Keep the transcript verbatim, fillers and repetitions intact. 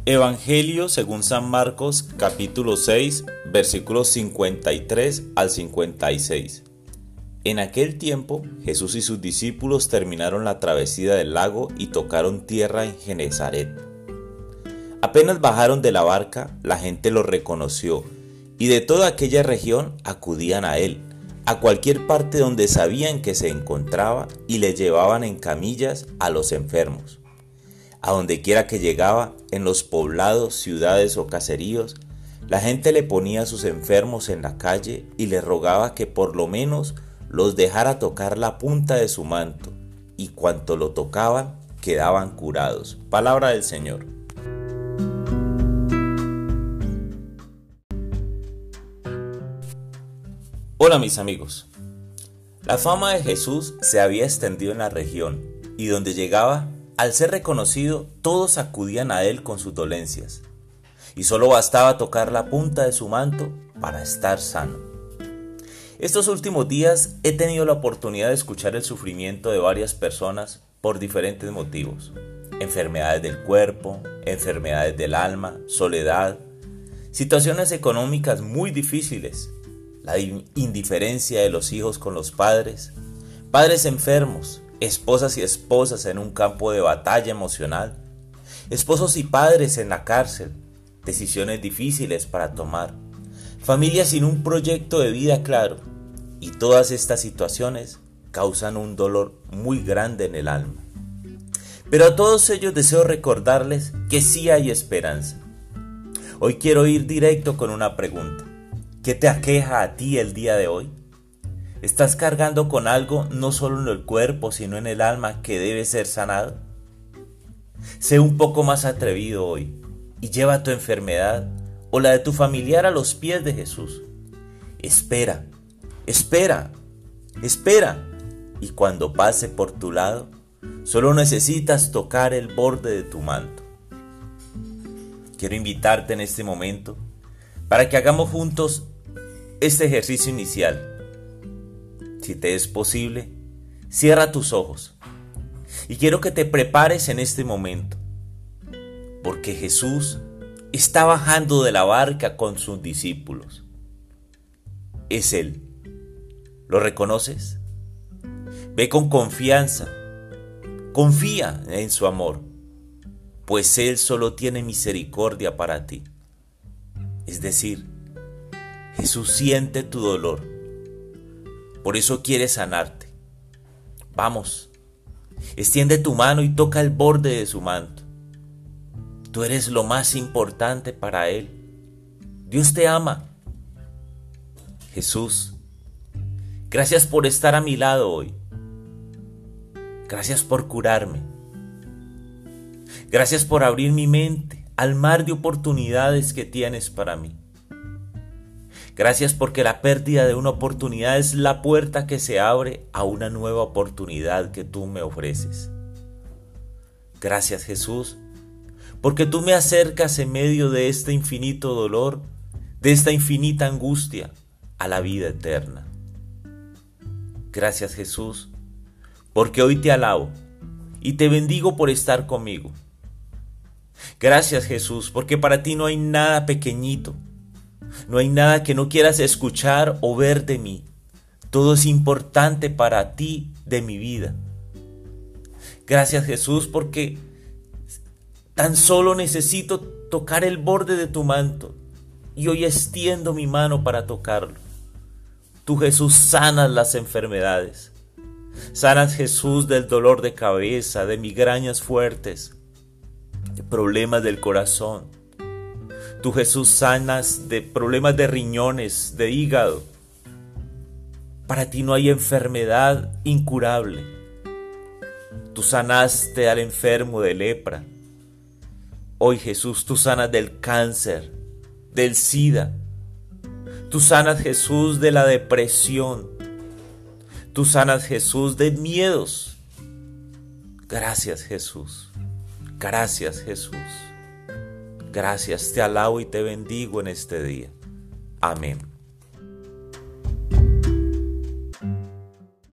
Evangelio según San Marcos, capítulo seis, versículos cincuenta y tres al cincuenta y seis. En aquel tiempo, Jesús y sus discípulos terminaron la travesía del lago y tocaron tierra en Genesaret. Apenas bajaron de la barca, la gente lo reconoció, y de toda aquella región acudían a él, a cualquier parte donde sabían que se encontraba, y le llevaban en camillas a los enfermos. A donde quiera que llegaba, en los poblados, ciudades o caseríos, la gente le ponía a sus enfermos en la calle y le rogaba que por lo menos los dejara tocar la punta de su manto, y cuanto lo tocaban, quedaban curados. Palabra del Señor. Hola mis amigos. La fama de Jesús se había extendido en la región, y donde llegaba, al ser reconocido, todos acudían a él con sus dolencias, y solo bastaba tocar la punta de su manto para estar sano. Estos últimos días he tenido la oportunidad de escuchar el sufrimiento de varias personas por diferentes motivos: enfermedades del cuerpo, enfermedades del alma, soledad, situaciones económicas muy difíciles, la indiferencia de los hijos con los padres, padres enfermos, esposas y esposas en un campo de batalla emocional, esposos y padres en la cárcel, decisiones difíciles para tomar, familias sin un proyecto de vida claro, y todas estas situaciones causan un dolor muy grande en el alma. Pero a todos ellos deseo recordarles que sí hay esperanza. Hoy quiero ir directo con una pregunta: ¿qué te aqueja a ti el día de hoy? ¿Estás cargando con algo no solo en el cuerpo, sino en el alma que debe ser sanado? Sé un poco más atrevido hoy y lleva tu enfermedad o la de tu familiar a los pies de Jesús. Espera, espera, espera, y cuando pase por tu lado, solo necesitas tocar el borde de tu manto. Quiero invitarte en este momento para que hagamos juntos este ejercicio inicial. Si te es posible, cierra tus ojos y quiero que te prepares en este momento, porque Jesús está bajando de la barca con sus discípulos. Es Él. ¿Lo reconoces? Ve con confianza, confía en su amor, pues Él solo tiene misericordia para ti. Es decir, Jesús siente tu dolor. Por eso quiere sanarte. Vamos, extiende tu mano y toca el borde de su manto. Tú eres lo más importante para Él. Dios te ama. Jesús, gracias por estar a mi lado hoy. Gracias por curarme. Gracias por abrir mi mente al mar de oportunidades que tienes para mí. Gracias porque la pérdida de una oportunidad es la puerta que se abre a una nueva oportunidad que tú me ofreces. Gracias, Jesús, porque tú me acercas en medio de este infinito dolor, de esta infinita angustia, a la vida eterna. Gracias, Jesús, porque hoy te alabo y te bendigo por estar conmigo. Gracias, Jesús, porque para ti no hay nada pequeñito. No hay nada que no quieras escuchar o ver de mí. Todo es importante para ti de mi vida. Gracias, Jesús, porque tan solo necesito tocar el borde de tu manto y hoy extiendo mi mano para tocarlo. Tú, Jesús, sanas las enfermedades. Sanas, Jesús, del dolor de cabeza, de migrañas fuertes, de problemas del corazón. Tú, Jesús, sanas de problemas de riñones, de hígado. Para ti no hay enfermedad incurable. Tú sanaste al enfermo de lepra. Hoy, Jesús, tú sanas del cáncer, del SIDA. Tú sanas, Jesús, de la depresión. Tú sanas, Jesús, de miedos. Gracias, Jesús. Gracias, Jesús. Gracias, te alabo y te bendigo en este día. Amén.